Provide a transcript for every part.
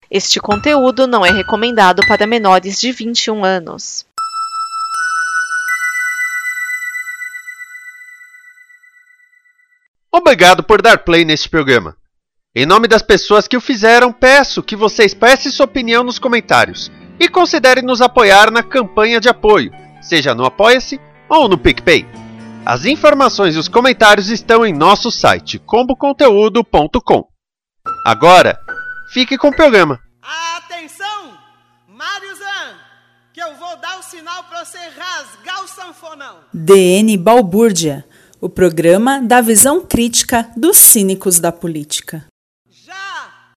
Este conteúdo não é recomendado para menores de 21 anos. Obrigado por dar play neste programa. Em nome das pessoas que o fizeram, peço que você expresse sua opinião nos comentários e considere nos apoiar na campanha de apoio, seja no Apoia-se ou no PicPay. As informações e os comentários estão em nosso site, comboconteúdo.com. Agora, fique com o programa. Atenção, Mariozan, que eu vou dar o sinal para você rasgar o sanfonão. DN Balbúrdia, o programa da visão crítica dos cínicos da política. Já!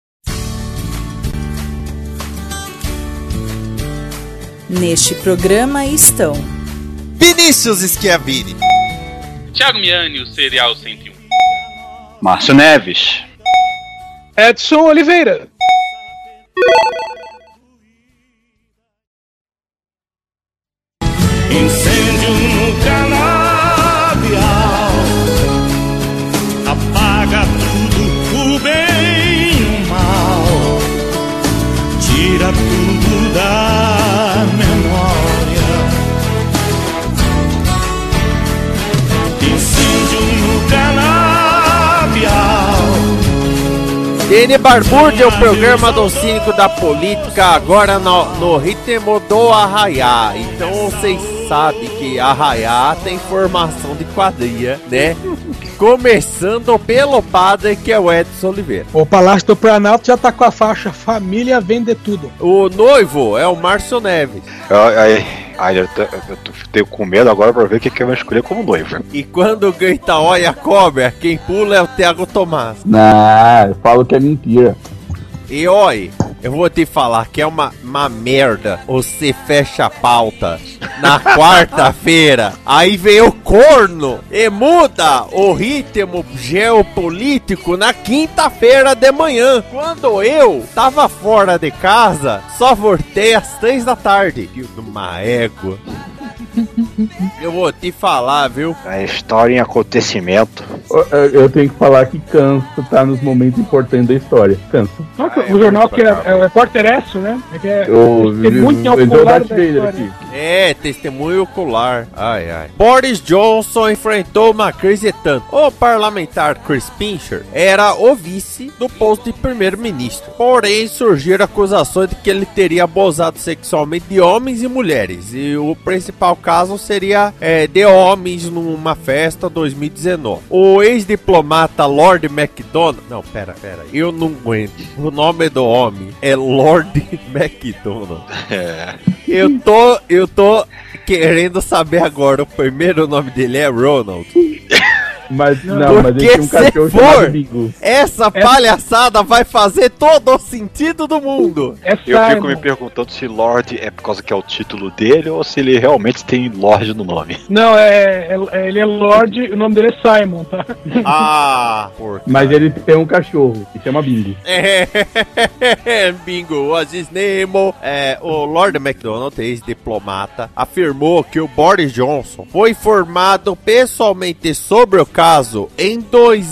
Neste programa estão Vinícius Schiavini, Thiago Miani, o Serial 101. Márcio Neves, Edson Oliveira. Incêndio no canavial, apaga tudo, o bem e o mal, tira tudo da memória. Incêndio no canavial. DN Balbúrdia é o programa do cínico da política, agora no ritmo do Arraiá. Então vocês sabem que Arraiá tem formação de quadrilha, né? Começando pelo padre, que é o Edson Oliveira. O Palácio do Planalto já tá com a faixa Família Vende Tudo. O noivo é o Márcio Neves. eu tenho com medo agora pra ver o que eu vou escolher como noivo. E quando grita olha a cobra, quem pula é o Thiago Tomás. Não, eu falo que é mentira. E oi, eu vou te falar que é uma merda. Você fecha a pauta na quarta-feira, aí vem o corno e muda o ritmo geopolítico na quinta-feira de manhã. Quando eu tava fora de casa, só voltei às 3 da tarde. Uma égua. Eu vou te falar, viu? A história em acontecimento. Eu tenho que falar que cansa, tá nos momentos importantes da história. Cansa. O jornal que é o repórter Esso, né? Testemunho ocular da história. É, testemunho ocular. Ai, ai. Boris Johnson enfrentou uma crise tanto. O parlamentar Chris Pincher era o vice do posto de primeiro-ministro. Porém, surgiram acusações de que ele teria abusado sexualmente de homens e mulheres. E o principal caso seria de homens numa festa 2019. O ex-diplomata Lord MacDonald... Não, pera. Eu não aguento. O nome do homem é Lord MacDonald. Eu tô querendo saber agora. O primeiro nome dele é Ronald. Mas ele tem um cachorro chamado Bingo. Essa palhaçada vai fazer todo o sentido do mundo. Eu fico me perguntando se Lorde é por causa que é o título dele ou se ele realmente tem Lorde no nome. Não, ele é Lorde, o nome dele é Simon, tá? Ah, porca. Mas ele tem um cachorro que chama Bingo. Bingo, was his name. O Lord MacDonald, ex-diplomata, afirmou que o Boris Johnson foi informado pessoalmente sobre o caso em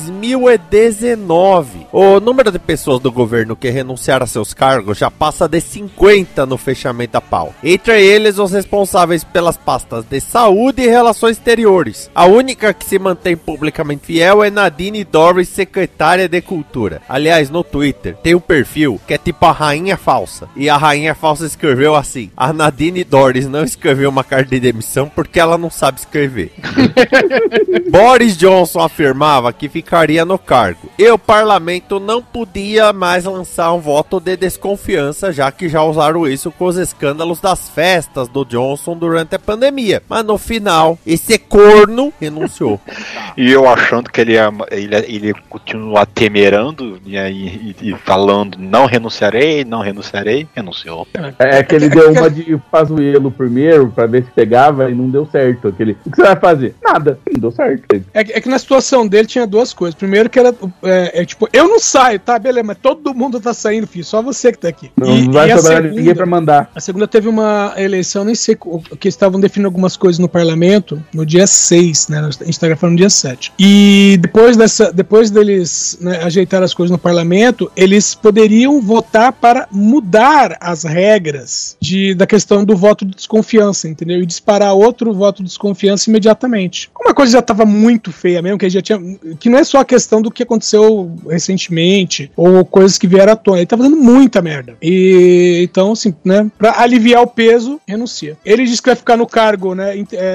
2019. O número de pessoas do governo que renunciaram a seus cargos já passa de 50 no fechamento da pau. Entre eles, os responsáveis pelas pastas de saúde e relações exteriores. A única que se mantém publicamente fiel é Nadine Dorries, secretária de Cultura. Aliás, no Twitter tem um perfil que é tipo a Rainha Falsa. E a Rainha Falsa escreveu assim: a Nadine Dorries não escreveu uma carta de demissão porque ela não sabe escrever. Boris Johnson afirmava que ficaria no cargo e o parlamento não podia mais lançar um voto de desconfiança, já que já usaram isso com os escândalos das festas do Johnson durante a pandemia. Mas no final, esse corno renunciou. E eu achando que ele continua temerando e falando não renunciarei, renunciou. É que ele deu uma de Pazuello primeiro pra ver se pegava e não deu certo. O que você vai fazer? Nada, não deu certo. É que que na situação dele tinha duas coisas. Primeiro que era, tipo, eu não saio, tá? Beleza, mas todo mundo tá saindo, filho. Só você que tá aqui. Não vai sobrar ninguém pra mandar. A segunda teve uma eleição, nem sei, que estavam definindo algumas coisas no parlamento no dia 6, né? A gente tá gravando no dia 7. E depois deles, né, ajeitar as coisas no parlamento, eles poderiam votar para mudar as regras da questão do voto de desconfiança, entendeu? E disparar outro voto de desconfiança imediatamente. Uma coisa já estava muito feia mesmo, que não é só a questão do que aconteceu recentemente, ou coisas que vieram à tona. Ele tá fazendo muita merda. E então, assim, né, pra aliviar o peso, renuncia. Ele disse que vai ficar no cargo, né,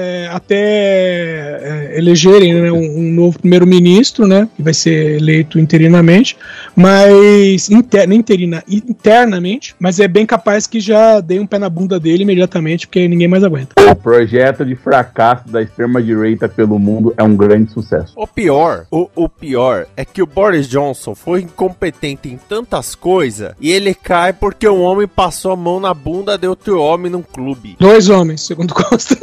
até elegerem, né, um novo primeiro-ministro, né, que vai ser eleito interinamente, mas internamente, mas é bem capaz que já dê um pé na bunda dele imediatamente, porque ninguém mais aguenta. O projeto de fracasso da extrema-direita pelo mundo é um grande sucesso. O pior é que o Boris Johnson foi incompetente em tantas coisas e ele cai porque um homem passou a mão na bunda de outro homem num clube. 2 homens, segundo consta.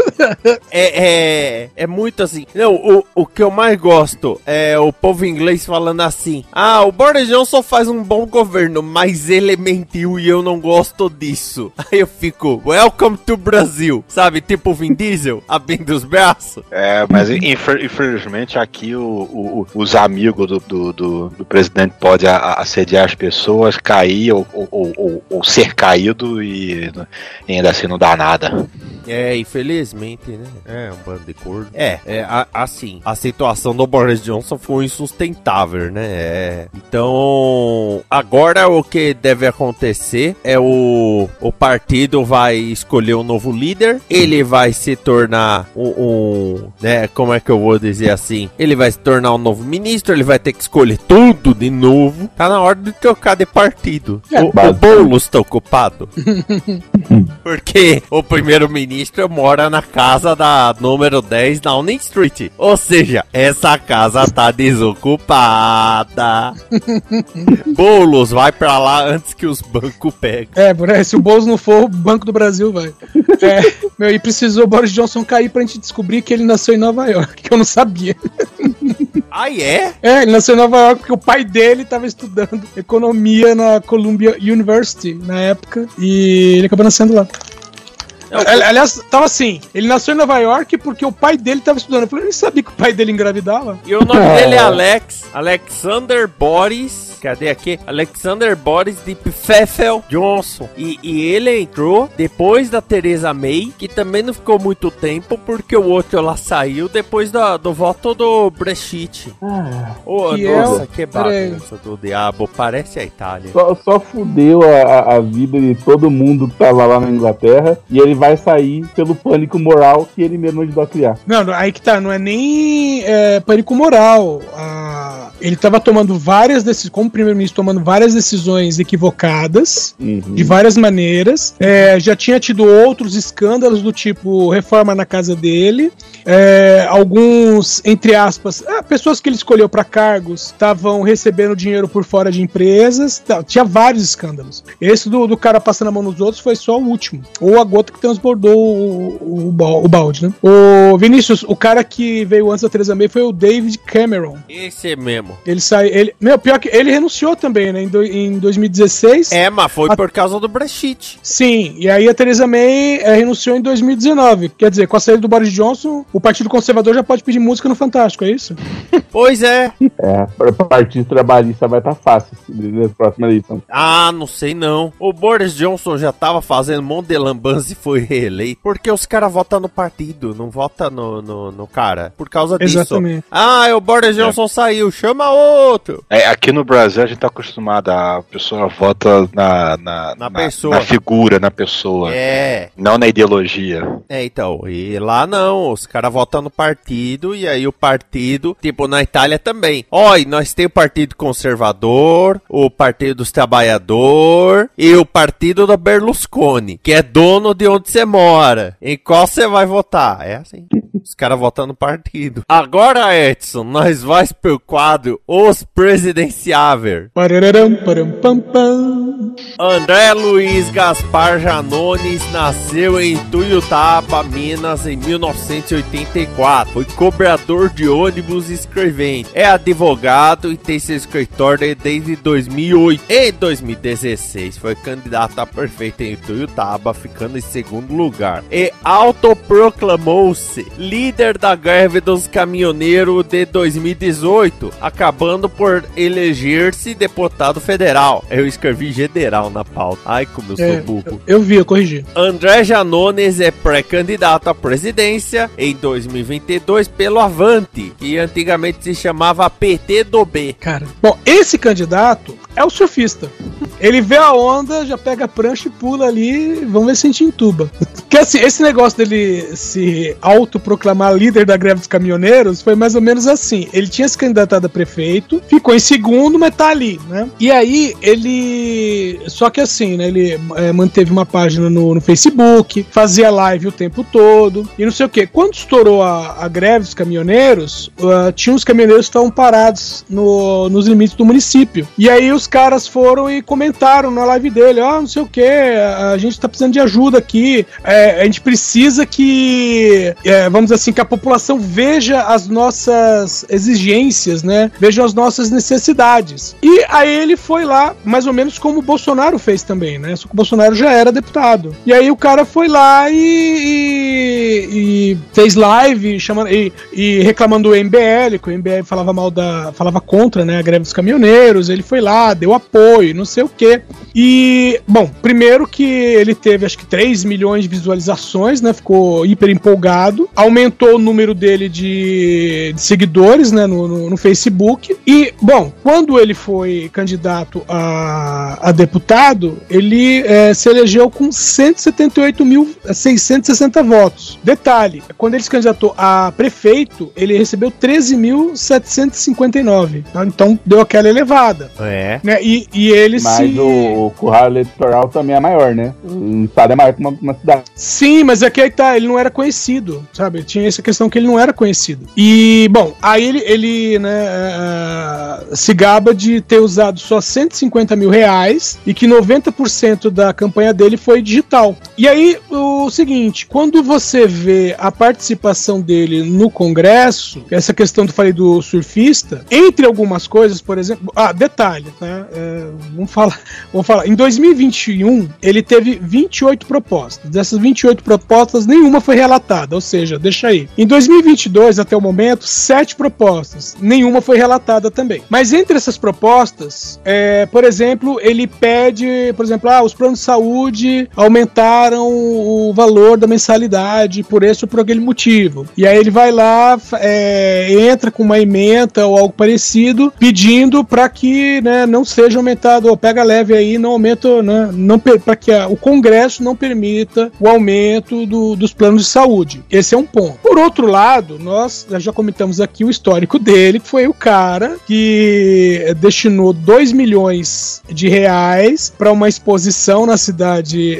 É muito assim. Não, o que eu mais gosto é o povo inglês falando assim: ah, o Boris Johnson faz um bom governo, mas ele mentiu e eu não gosto disso. Aí eu fico, welcome to Brasil, sabe? Tipo o Vin Diesel, abrindo os braços. Mas infelizmente aqui os amigos do presidente podem assediar as pessoas, cair ou ser caído e ainda assim não dá nada. Infelizmente, né? É um bando de corno. Assim, a situação do Boris Johnson foi insustentável, né? Então, agora o que deve acontecer é o partido vai escolher um novo líder, ele vai se tornar né? Como é que eu vou dizer assim? Ele vai se tornar um novo ministro, ele vai ter que escolher tudo de novo. Tá na hora de trocar de partido. O Boulos tá ocupado. Porque o primeiro-ministro mora na casa da número 10 da Downing Street. Ou seja, essa casa tá desocupada. Boulos, vai pra lá antes que os bancos peguem. Se o Boulos não for, o Banco do Brasil vai. E precisou o Boris Johnson cair pra gente descobrir que ele nasceu em Nova York, que eu não sabia. Ele nasceu em Nova York porque o pai dele tava estudando economia na Columbia University na época e ele acabou nascendo lá. Aliás, tava assim, ele nasceu em Nova York porque o pai dele tava estudando. Eu falei, eu nem sabia que o pai dele engravidava. E o nome dele é Alexander Boris. Cadê aqui? Alexander Boris de Pfeffel Johnson. E ele entrou depois da Theresa May, que também não ficou muito tempo, porque o outro lá saiu depois do voto do Brexit. Nossa, que bagunça do diabo. Parece a Itália. Só fudeu a vida de todo mundo que tava lá na Inglaterra, e ele vai sair pelo pânico moral que ele mesmo ajudou a criar. Não, aí que tá, não é nem pânico moral. Ele tava tomando várias decisões, como primeiro-ministro, tomando várias decisões equivocadas, de várias maneiras. Já tinha tido outros escândalos do tipo reforma na casa dele. Alguns, entre aspas, pessoas que ele escolheu para cargos estavam recebendo dinheiro por fora de empresas. Tinha vários escândalos. Esse do cara passando a mão nos outros foi só o último. Ou a gota que transbordou o balde, né? O Vinícius, o cara que veio antes da Theresa May foi o David Cameron. Esse mesmo. Ele saiu. Pior que ele renunciou também, né? Em 2016. Mas foi por causa do Brexit. Sim, e aí a Theresa May renunciou em 2019. Quer dizer, com a saída do Boris Johnson, o Partido Conservador já pode pedir música no Fantástico, é isso? Pois é. Para o Partido Trabalhista vai estar fácil na próxima eleição. Não sei não. O Boris Johnson já tava fazendo um monte de lambança e foi reeleito. Porque os caras votam no partido, não votam no cara. Por causa disso. Exatamente. O Boris Johnson saiu, chama outro. Aqui no Brasil a gente tá acostumado, a pessoa vota na pessoa. Na figura, na pessoa. Não na ideologia. Então, e lá não, os caras votam no partido, e aí o partido, tipo na Itália também. Nós temos o Partido Conservador, o Partido dos Trabalhadores e o Partido do Berlusconi, que é dono de onde você mora. Em qual você vai votar? É assim. Os caras votam no partido. Agora, Edson, nós vais pro quadro Os Presidenciáveis. Pararam, param, pam, pam. André Luiz Gaspar Janones nasceu em Tuiutaba, Minas, em 1984. Foi cobrador de ônibus e escrevente. É advogado e tem seu escritório desde 2008. Em 2016, foi candidato a prefeito em Tuiutaba, ficando em segundo lugar. E autoproclamou-se líder da greve dos caminhoneiros de 2018, acabando por eleger-se deputado federal. Eu escrevi general na pauta. Ai, como eu sou burro. Eu corrigi. André Janones é pré-candidato à presidência em 2022 pelo Avante, que antigamente se chamava PT do B. Cara, bom, esse candidato é o surfista. Ele vê a onda, já pega a prancha e pula ali, vamos ver se a gente entuba. Porque assim, esse negócio dele se autoproclamar líder da greve dos caminhoneiros foi mais ou menos assim. Ele tinha se candidatado a prefeito, ficou em segundo, mas tá ali, né? E aí, ele... Só que assim, né? Ele manteve uma página no Facebook, fazia live o tempo todo, e não sei o quê. Quando estourou a greve dos caminhoneiros, tinha uns caminhoneiros que estavam parados nos limites do município. E aí os caras foram e comentaram na live dele, não sei o que, a gente tá precisando de ajuda aqui, a gente precisa que, vamos dizer assim, que a população veja as nossas exigências, né, veja as nossas necessidades. E aí ele foi lá, mais ou menos como o Bolsonaro fez também, né, só que o Bolsonaro já era deputado. E aí o cara foi lá e fez live e reclamando do MBL, que o MBL falava contra, né, a greve dos caminhoneiros. Ele foi lá, deu apoio, não sei o quê. E, bom, primeiro que ele teve acho que 3 milhões de visualizações, né? Ficou hiper empolgado. Aumentou o número dele de seguidores, né? No Facebook. E, bom, quando ele foi candidato a deputado, ele se elegeu com 178.660 votos. Detalhe, quando ele se candidatou a prefeito, ele recebeu 13.759. Então, deu aquela elevada. Né? E ele Mas o curral eleitoral também é maior, né? O estado é maior que uma cidade. Sim, mas aqui aí tá, ele não era conhecido, sabe? Tinha essa questão que ele não era conhecido. E, bom, aí ele né, se gaba de ter usado só 150 mil reais e que 90% da campanha dele foi digital. E aí, o seguinte, quando você vê a participação dele no Congresso, essa questão que eu falei do surfista, entre algumas coisas, por exemplo, detalhe, né? Vamos falar. Em 2021, ele teve 28 propostas. Dessas 28 propostas, nenhuma foi relatada, ou seja, deixa aí. Em 2022, até o momento, 7 propostas. Nenhuma foi relatada também. Mas entre essas propostas, por exemplo, ele pede, por exemplo, os planos de saúde aumentaram o valor da mensalidade por esse ou por aquele motivo. E aí ele vai lá, entra com uma ementa ou algo parecido, pedindo para que, né, não seja aumentado, ou pega leve aí, não aumenta, né, para que o Congresso não permita o aumento dos planos de saúde. Esse é um ponto. Por outro lado, nós já comentamos aqui o histórico dele, que foi o cara que destinou 2 milhões de reais para uma exposição na cidade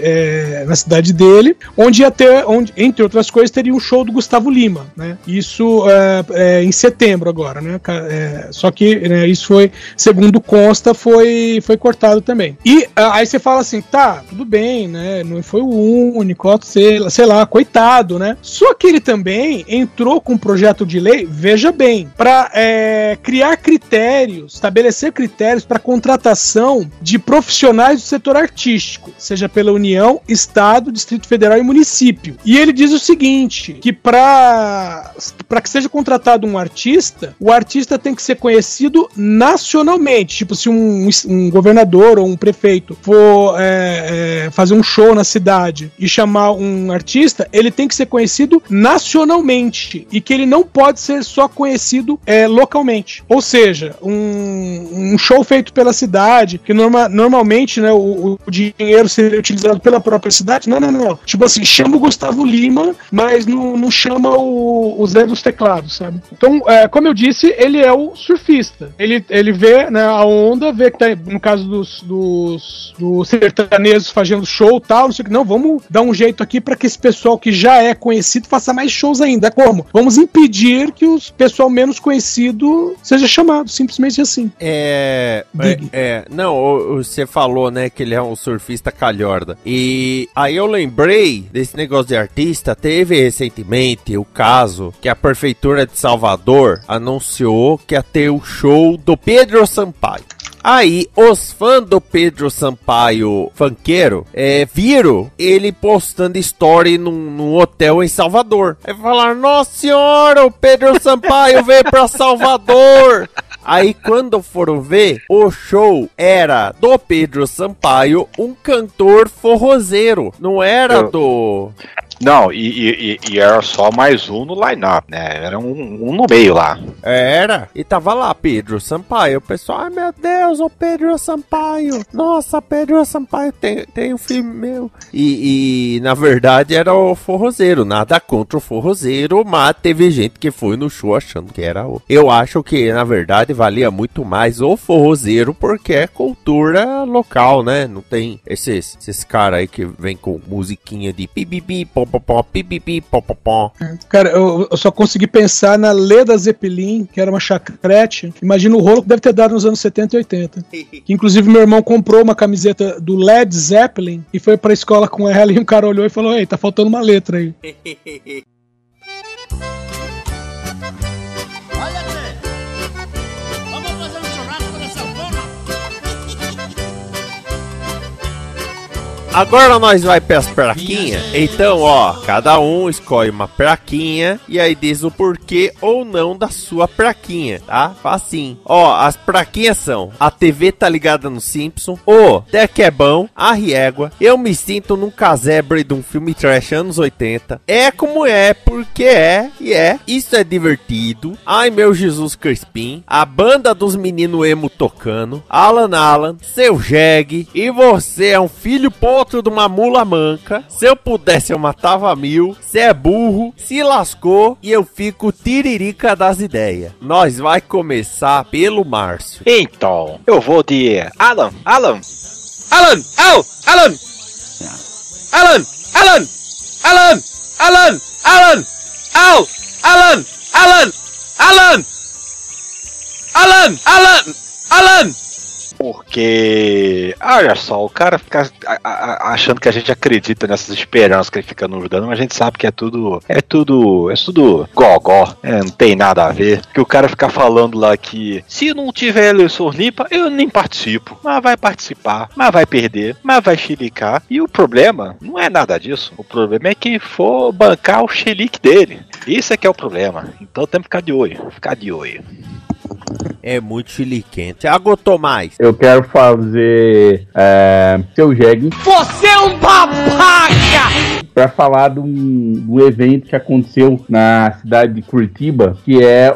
dele, onde ia ter, entre outras coisas, teria um show do Gustavo Lima, né? Isso em setembro agora, né? Só que, né, isso foi, segundo consta, foi cortado também. E aí você fala assim, tá, tudo bem, né? Não foi o único, sei lá, coitado, né? Só que ele também entrou com um projeto de lei, veja bem, para criar critérios, estabelecer critérios para contratação de profissionais do setor artístico, seja pela União, Estado, Distrito Federal e município. E ele diz o seguinte, que para que seja contratado um artista, o artista tem que ser conhecido nacionalmente. Tipo, se um governador ou um prefeito for fazer um show na cidade e chamar um artista, ele tem que ser conhecido nacionalmente e que ele não pode ser só conhecido localmente. Ou seja, um show feito pela cidade, que normalmente, né, o dinheiro seria utilizado pela própria cidade, não. Tipo assim, chama o Gustavo Lima, mas não chama o Zé dos Teclados, sabe? Então, como eu disse, ele é o surfista. Ele vê, né, a onda, vê que tá, no caso dos sertanejos fazendo show e tal, não sei o que. Não, vamos dar um jeito aqui pra que esse pessoal que já é conhecido faça mais shows ainda. Como? Vamos impedir que o pessoal menos conhecido seja chamado, simplesmente assim. Não, você falou, né, que ele é um surfista calhorda. E aí eu lembrei desse negócio de artista. Teve recentemente o caso que a prefeitura de Salvador anunciou que ia ter o show do Pedro Sampaio. Aí, os fãs do Pedro Sampaio funkeiro viram ele postando story num hotel em Salvador. Aí falaram, nossa senhora, o Pedro Sampaio veio pra Salvador. Aí quando foram ver, o show era do Pedro Sampaio, um cantor forrozeiro. Não era do... Não, e era só mais um no line-up, né? Era um no meio lá. Era. E tava lá, Pedro Sampaio. O pessoal, ai meu Deus, o Pedro Sampaio. Nossa, Pedro Sampaio tem um filme meu. E na verdade era o forrozeiro. Nada contra o forrozeiro, mas teve gente que foi no show achando que era o... Eu acho que, na verdade, valia muito mais o forrozeiro, porque é cultura local, né? Não tem esses caras aí que vem com musiquinha de pibibi, popopó, pibibi, popopó. Cara, eu só consegui pensar na Leda Zeppelin, que era uma chacrete. Imagina o rolo que deve ter dado nos anos 70 e 80. Que, inclusive, meu irmão comprou uma camiseta do Led Zeppelin e foi pra escola com ela e um cara olhou e falou, ei, tá faltando uma letra aí. Agora nós vai pras praquinhas. Então, ó, cada um escolhe uma praquinha e aí diz o porquê ou não da sua praquinha, tá? Facinho. Ó, as praquinhas são: a TV tá ligada no Simpson, o Deck é bom, a Riégua, eu me sinto num casebre de um filme trash anos 80, é como é, porque é, e é, isso é divertido, ai meu Jesus Crispim, a banda dos meninos emo tocando, Alan, seu jegue, e você é um filho potro de uma mula manca. Se eu pudesse eu matava 1000. Cê é burro, se lascou e eu fico tiririca das ideias. Nós vai começar pelo Márcio. Então, eu vou de Alan, porque, olha só, o cara fica achando que a gente acredita nessas esperanças que ele fica nos dando, mas a gente sabe que é tudo gogó, não tem nada a ver. Que o cara fica falando lá que se não tiver eleição limpa, eu nem participo. Mas vai participar, mas vai perder, mas vai chilicar. E o problema não é nada disso. O problema é quem for bancar o chilique dele. Isso é que é o problema. Então temos que ficar de olho. É muito chiliquente. Agotou mais. Eu quero fazer seu jegue. Você é um babaca! Pra falar de um evento que aconteceu na cidade de Curitiba, que é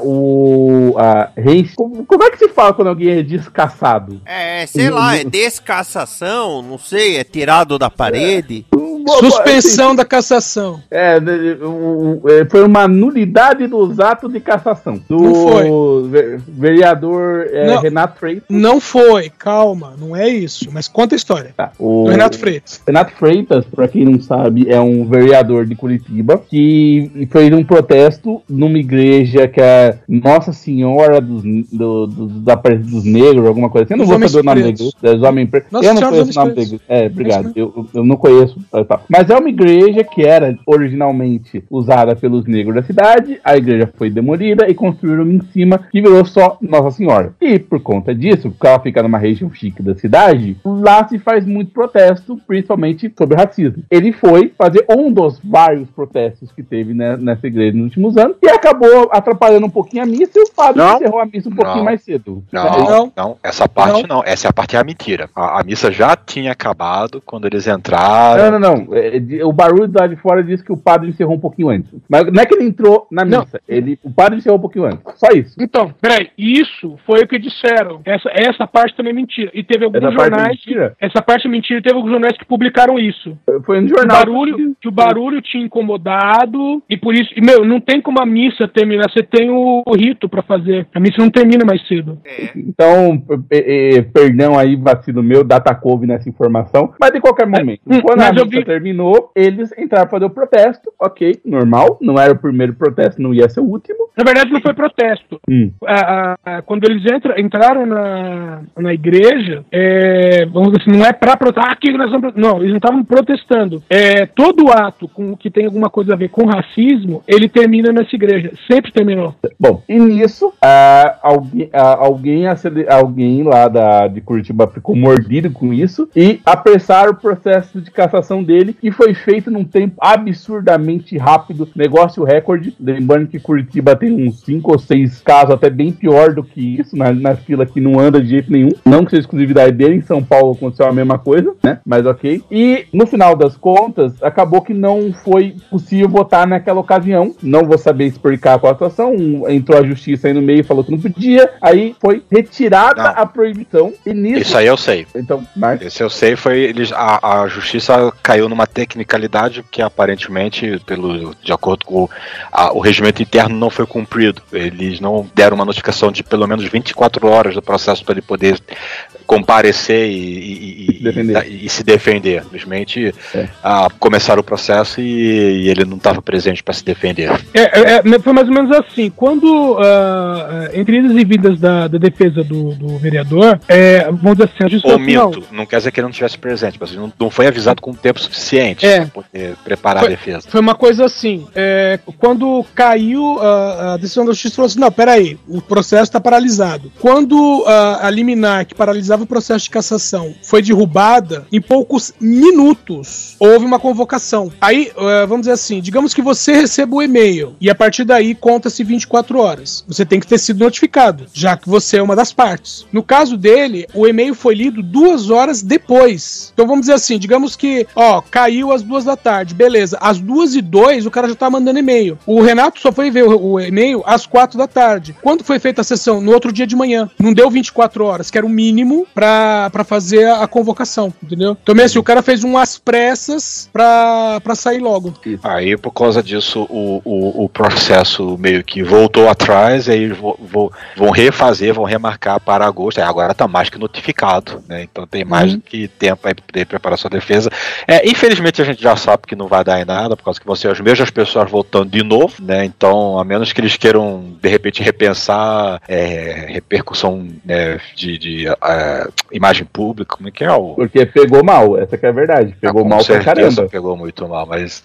como é que se fala quando alguém é descassado? Sei lá, é descassação, não sei, é tirado da parede. Suspensão da cassação. Foi uma nulidade dos atos de cassação. Não foi. Vereador Renato Freitas. Não foi, calma, não é isso. Mas conta a história. Tá, o Renato Freitas. Renato Freitas, pra quem não sabe, é um vereador de Curitiba que fez um protesto numa igreja que é Nossa Senhora da Aparecida dos Negros, alguma coisa assim. Eu não vou saber o nome da igreja. Dos homens pretos. Eu não conheço o nome da igreja. Obrigado. Eu não conheço. Mas é uma igreja que era originalmente usada pelos negros da cidade. A igreja foi demolida e construíram em cima, que virou só Nossa Senhora. E por conta disso, porque ela fica numa região chique da cidade, lá se faz muito protesto, principalmente sobre racismo. Ele foi fazer um dos vários protestos que teve nessa igreja nos últimos anos e acabou atrapalhando um pouquinho a missa, e o padre encerrou a missa um pouquinho mais cedo. Não, essa parte não. Essa é a parte da mentira. A missa já tinha acabado quando eles entraram. Não. Não, o barulho lá de fora diz que o padre encerrou um pouquinho antes. Mas não é que ele entrou na missa, o padre encerrou um pouquinho antes. Só isso. Então, peraí, isso foi o que disseram. Essa parte também é mentira. E teve alguns jornais. Essa parte é mentira, teve alguns jornais que publicaram isso. Foi no jornal. Que o barulho tinha incomodado, e por isso. E, não tem como a missa terminar. Você tem o rito pra fazer. A missa não termina mais cedo. Então, perdão aí, vacilo meu, data couve nessa informação. Mas de qualquer momento, quando a missa terminou, eles entraram pra fazer o protesto. Ok, normal. Não era o primeiro protesto, não ia ser o último. Na verdade, não foi protesto. Quando eles entraram na igreja, vamos dizer assim, não é pra protestar. Não, eles não estavam protestando. Todo ato que tem alguma coisa a ver com racismo, ele termina nessa igreja. Sempre terminou. Bom, e nisso, alguém lá de Curitiba ficou mordido com isso e apressaram o processo de cassação dele, que foi feito num tempo absurdamente rápido, negócio recorde. Lembrando que Curitiba tem uns 5 ou 6 casos, até bem pior do que isso, na fila que não anda de jeito nenhum. Não que seja exclusividade dele, em São Paulo aconteceu a mesma coisa, né? Mas ok. E no final das contas, acabou que não foi possível votar naquela ocasião. Não vou saber explicar qual a situação. Entrou a justiça aí no meio e falou que não podia. Aí foi retirada a proibição. E nisso... Isso aí eu sei. Então, Marcos? Esse eu sei, a justiça caiu numa tecnicalidade que aparentemente, de acordo com o regimento interno, não foi cumprido. Eles não deram uma notificação de pelo menos 24 horas do processo para ele poder comparecer e se defender. Simplesmente começaram o processo e ele não estava presente para se defender. Foi mais ou menos assim. Quando, entre idas e vindas da defesa do vereador, vamos dizer assim, a justiça... Não quer dizer que ele não estivesse presente, mas ele não foi avisado com tempo suficiente para poder preparar a defesa. Foi uma coisa assim, quando caiu a decisão da justiça, falou assim, não, peraí, o processo está paralisado. Quando a liminar que paralisava o processo de cassação foi derrubada, em poucos minutos houve uma convocação. Aí, vamos dizer assim, digamos que você receba o e-mail e a partir daí conta-se 24 horas. Você tem que ter sido notificado, já que você é uma das partes. No caso dele, o e-mail foi lido 2 horas depois. Então vamos dizer assim, digamos que, caiu às 2 da tarde, beleza. Às 2:02 o cara já tá mandando e-mail. O Renato só foi ver o e-mail às 4 da tarde. Quando foi feita a sessão? No outro dia de manhã. Não deu 24 horas, que era o mínimo pra fazer a convocação, entendeu? Então, assim, o cara fez às pressas pra sair logo. Aí, por causa disso, o processo meio que voltou atrás, aí vão refazer, vão remarcar para agosto. Aí agora tá mais que notificado, né? Então tem mais do que tempo aí pra poder preparar sua defesa. Infelizmente a gente já sabe que não vai dar em nada, por causa que vão ser as mesmas pessoas voltando de novo, né? Então, a menos que eles queiram, de repente, repensar repercussão, né, de imagem pública, como é que é? Porque pegou mal, essa que é a verdade. Pegou mal pra caramba. Pegou muito mal, mas...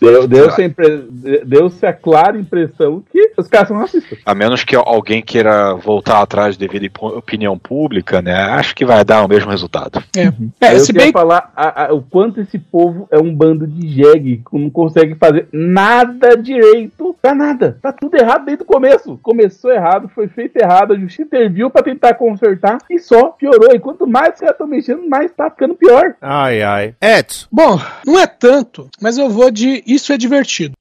Deu-se a clara impressão que os caras são racistas. A menos que alguém queira voltar atrás devido à opinião pública, né? Acho que vai dar o mesmo resultado. Eu queria falar o quanto esse povo é um bando de jegue, que não consegue fazer nada direito pra nada. Tá tudo errado desde o começo. Começou errado, foi feito errado, a justiça interviu pra tentar consertar e só piorou. E quanto mais os caras estão mexendo, mais tá ficando pior. Ai, ai. Edson. Bom, não é tanto, mas eu vou de isso é divertido.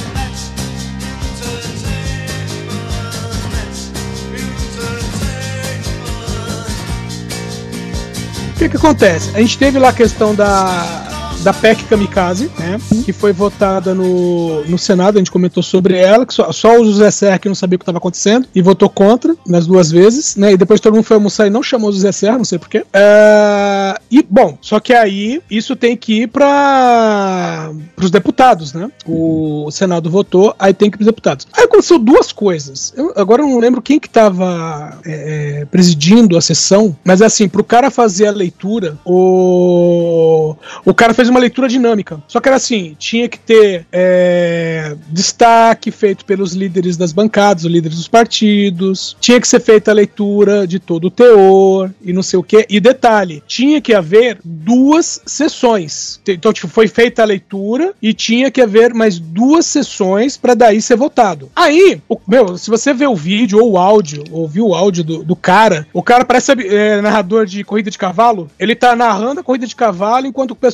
O que acontece? A gente teve lá a questão da PEC Kamikaze, né, que foi votada no Senado, a gente comentou sobre ela, que só o José Serra que não sabia o que estava acontecendo e votou contra nas 2 vezes, né, e depois todo mundo foi almoçar e não chamou o José Serra, não sei porquê. E, bom, só que aí isso tem que ir para os deputados, né, o Senado votou, aí tem que ir para os deputados. Aí aconteceu 2 coisas, agora eu não lembro quem que estava presidindo a sessão, mas assim, pro cara fazer a leitura, o cara fez uma leitura dinâmica. Só que era assim, tinha que ter destaque feito pelos líderes das bancadas, os líderes dos partidos, tinha que ser feita a leitura de todo o teor e não sei o que. E detalhe, tinha que haver 2 sessões. Então, tipo, foi feita a leitura e tinha que haver mais 2 sessões pra daí ser votado. Aí, se você vê o vídeo ou o áudio, ouvir o áudio do cara, o cara parece narrador de corrida de cavalo, ele tá narrando a corrida de cavalo enquanto o pessoal tá falando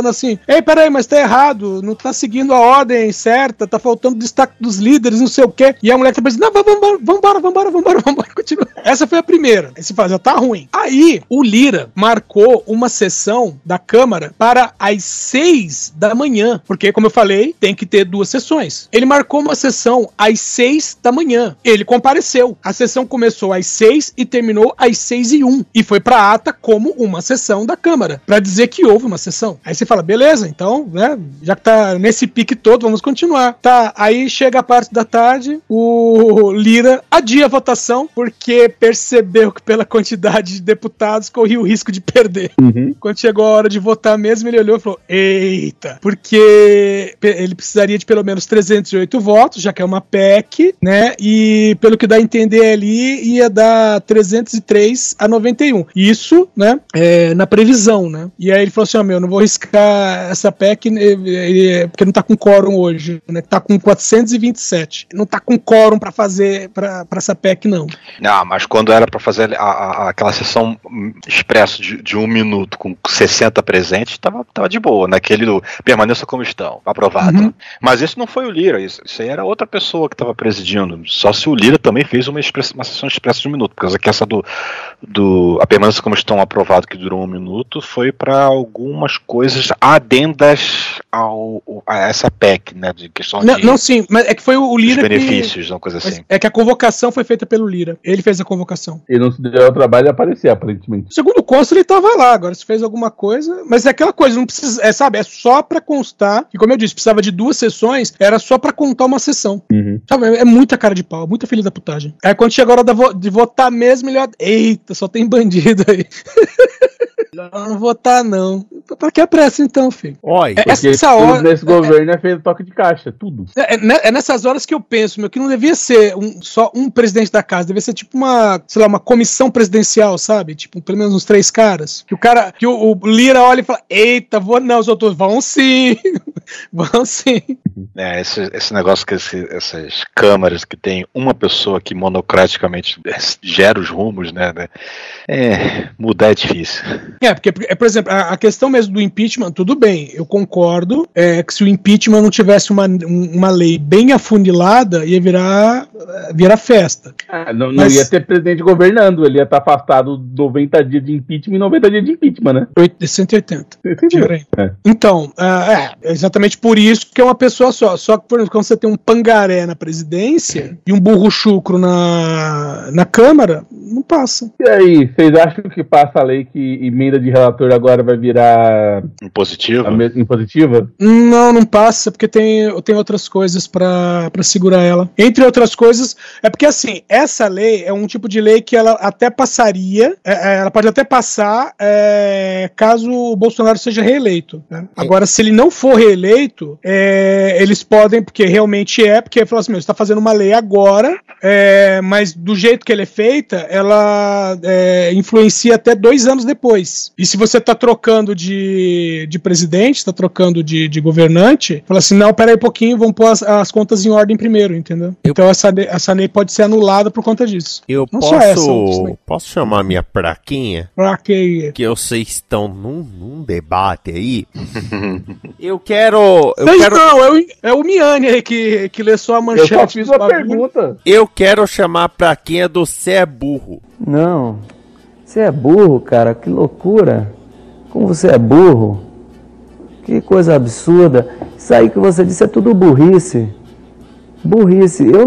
falando assim, ei, peraí, mas tá errado, não tá seguindo a ordem certa, tá faltando destaque dos líderes, não sei o quê. E a mulher tá pensando, não, vambora, continua. Essa foi a primeira. Aí você fala, já tá ruim. Aí, o Lira marcou uma sessão da Câmara para as 6 da manhã, porque, como eu falei, tem que ter 2 sessões. Ele marcou uma sessão às 6 da manhã. Ele compareceu. A sessão começou às 6 e terminou às 6:01. E foi pra ata como uma sessão da Câmara, pra dizer que houve uma sessão. Aí você fala, beleza, então, né, já que tá nesse pique todo, vamos continuar. Tá, aí chega a parte da tarde, o Lira adia a votação, porque percebeu que pela quantidade de deputados corria o risco de perder. Quando chegou a hora de votar mesmo, ele olhou e falou, eita, porque ele precisaria de pelo menos 308 votos, já que é uma PEC, né, e pelo que dá a entender ali, ia dar 303 a 91. Isso, né, na previsão, né. E aí ele falou assim, eu não vou riscar essa PEC, porque não tá com quórum hoje, né, tá com 427. Não tá com quórum pra fazer, pra essa PEC, não. Não, mas quando era pra fazer aquela sessão expresso de 1 minuto com 60 presentes, tava de boa, naquele do permaneça como estão, aprovado. Mas esse não foi o Lira, isso aí era outra pessoa que tava presidindo, só se o Lira também fez uma sessão expressa de 1 minuto, porque essa a permanência como estão aprovado, que durou 1 minuto, foi pra algumas coisas adendas a essa PEC, né, de questão não, sim, mas é que foi o Lira benefícios, uma coisa assim. É que a convocação foi feita pelo Lira, ele fez a convocação. Ele não se deu ao trabalho de aparecer, aparentemente. Segundo o consta, ele tava lá, agora se fez alguma coisa, mas é aquela coisa, não precisa, sabe, é só pra constar, que como eu disse, precisava de 2 sessões, era só pra contar uma sessão. Sabe, é muita cara de pau, muita filha da putagem. Aí quando chegou a hora de votar mesmo, ele, eita, só tem bandido aí. Não votar, não. Pra que a pressa, então, filho? Olha, essa hora nesse governo é feito toque de caixa, tudo. É nessas horas que eu penso, que não devia ser só um presidente da casa, devia ser tipo uma comissão presidencial, sabe? Tipo, pelo menos uns 3 caras. Que o Lira olha e fala, eita, os outros vão sim. Vão sim. Esse negócio que essas câmaras que tem uma pessoa que monocraticamente gera os rumos, né? Mudar é difícil. Porque, por exemplo, a questão mesmo do impeachment, tudo bem, eu concordo, que se o impeachment não tivesse uma lei bem afunilada, ia virar festa. Não ia ter presidente governando, ele ia estar afastado 90 dias de impeachment e 90 dias de impeachment, né? 180. Então, exatamente por isso que é uma pessoa só. Só que, por exemplo, quando você tem um pangaré na presidência e um burro chucro na Câmara, não passa. E aí, vocês acham que passa a lei que emenda de relator agora vai virar impositiva? Impositiva? Não passa, porque tem outras coisas pra segurar ela. Entre outras coisas, é porque assim, essa lei é um tipo de lei que ela até passaria, ela pode até passar caso o Bolsonaro seja reeleito, né? Agora, se ele não for reeleito, eles podem, porque realmente porque fala assim, você tá fazendo uma lei agora, mas do jeito que ela é feita, ela influencia até 2 anos depois. E se você tá trocando de presidente, tá trocando de governante, fala assim, não, pera aí um pouquinho, vamos pôr as contas em ordem primeiro, entendeu? Então essa lei pode ser anulada por conta disso. Eu posso chamar minha praquinha? Praquinha. Que vocês estão num debate aí. Eu quero... É o Miane aí que lê só a manchete. Eu só fiz uma pergunta. Eu quero chamar a praquinha do Cê é burro. Não, você é burro, cara, que loucura. Como você é burro. Que coisa absurda. Isso aí que você disse é tudo burrice. Burrice. Eu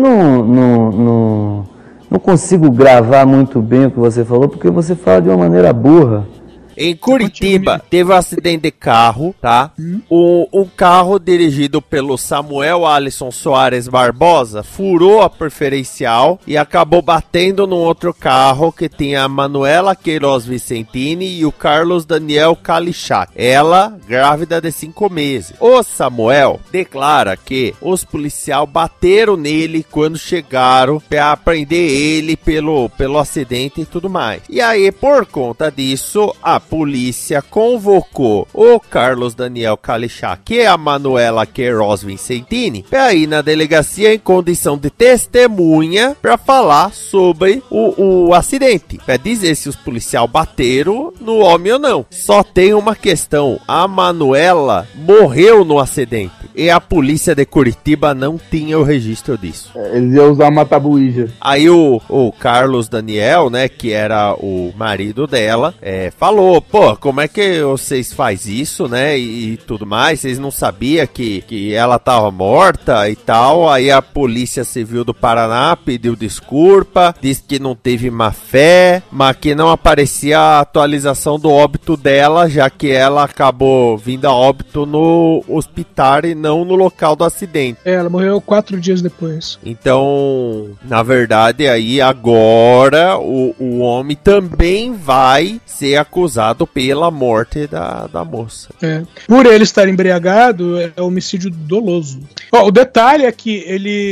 não consigo gravar muito bem o que você falou, porque você fala de uma maneira burra. Em Curitiba, teve um acidente de carro, tá? Um carro dirigido pelo Samuel Alisson Soares Barbosa furou a preferencial e acabou batendo num outro carro que tinha a Manuela Queiroz Vicentini e o Carlos Daniel Kalichak. Ela, grávida de 5 meses. O Samuel declara que os policiais bateram nele quando chegaram para prender ele pelo acidente e tudo mais. E aí, por conta disso, a polícia convocou o Carlos Daniel Kalishak e a Manuela Queiroz Vincentini para ir na delegacia em condição de testemunha para falar sobre o acidente, para dizer se os policiais bateram no homem ou não. Só tem uma questão: a Manuela morreu no acidente e a polícia de Curitiba não tinha o registro disso. Eles iam usar uma tabuíja. Aí o Carlos Daniel, né, que era o marido dela, falou: pô, como é que vocês fazem isso, né, e tudo mais? Vocês não sabiam que ela tava morta e tal? Aí a Polícia Civil do Paraná pediu desculpa, disse que não teve má fé, mas que não aparecia a atualização do óbito dela, já que ela acabou vindo a óbito no hospital e não no local do acidente. Ela morreu 4 dias depois. Então, na verdade, aí agora o homem também vai ser acusado pela morte da moça. Por ele estar embriagado, é homicídio doloso. O detalhe é que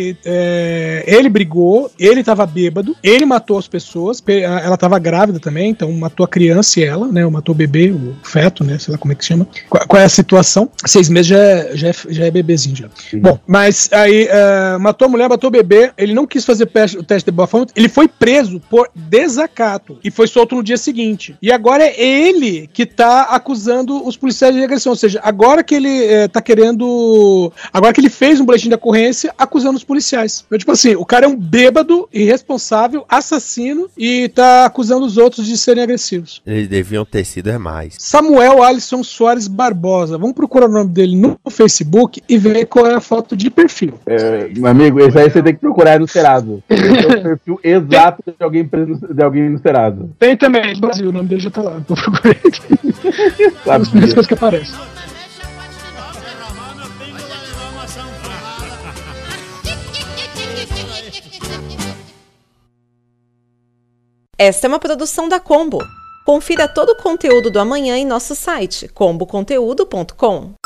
ele brigou, ele estava bêbado, ele matou as pessoas, ela estava grávida também, então matou a criança e ela, né? Matou o bebê, o feto, né? Sei lá como é que chama. Qual é a situação? 6 meses já é bebezinho já. Bom, mas aí matou a mulher, matou o bebê, ele não quis fazer o teste de bafômetro, ele foi preso por desacato e foi solto no dia seguinte. E agora é ele que tá acusando os policiais de agressão, ou seja, agora que ele tá querendo... Agora que ele fez um boletim de ocorrência acusando os policiais. Então, tipo assim, o cara é um bêbado, irresponsável, assassino e tá acusando os outros de serem agressivos. Eles deviam ter sido mais. Samuel Alisson Soares Barbosa. Vamos procurar o nome dele no Facebook e ver qual é a foto de perfil. Meu amigo, esse aí você tem que procurar no Serasa. Esse é o perfil exato de alguém no Serasa. Tem também, no Brasil, o nome dele já tá lá. Vou procurar aqui. As primeiras coisas que aparecem. Esta é uma produção da Combo. Confira todo o conteúdo do amanhã em nosso site comboconteúdo.com.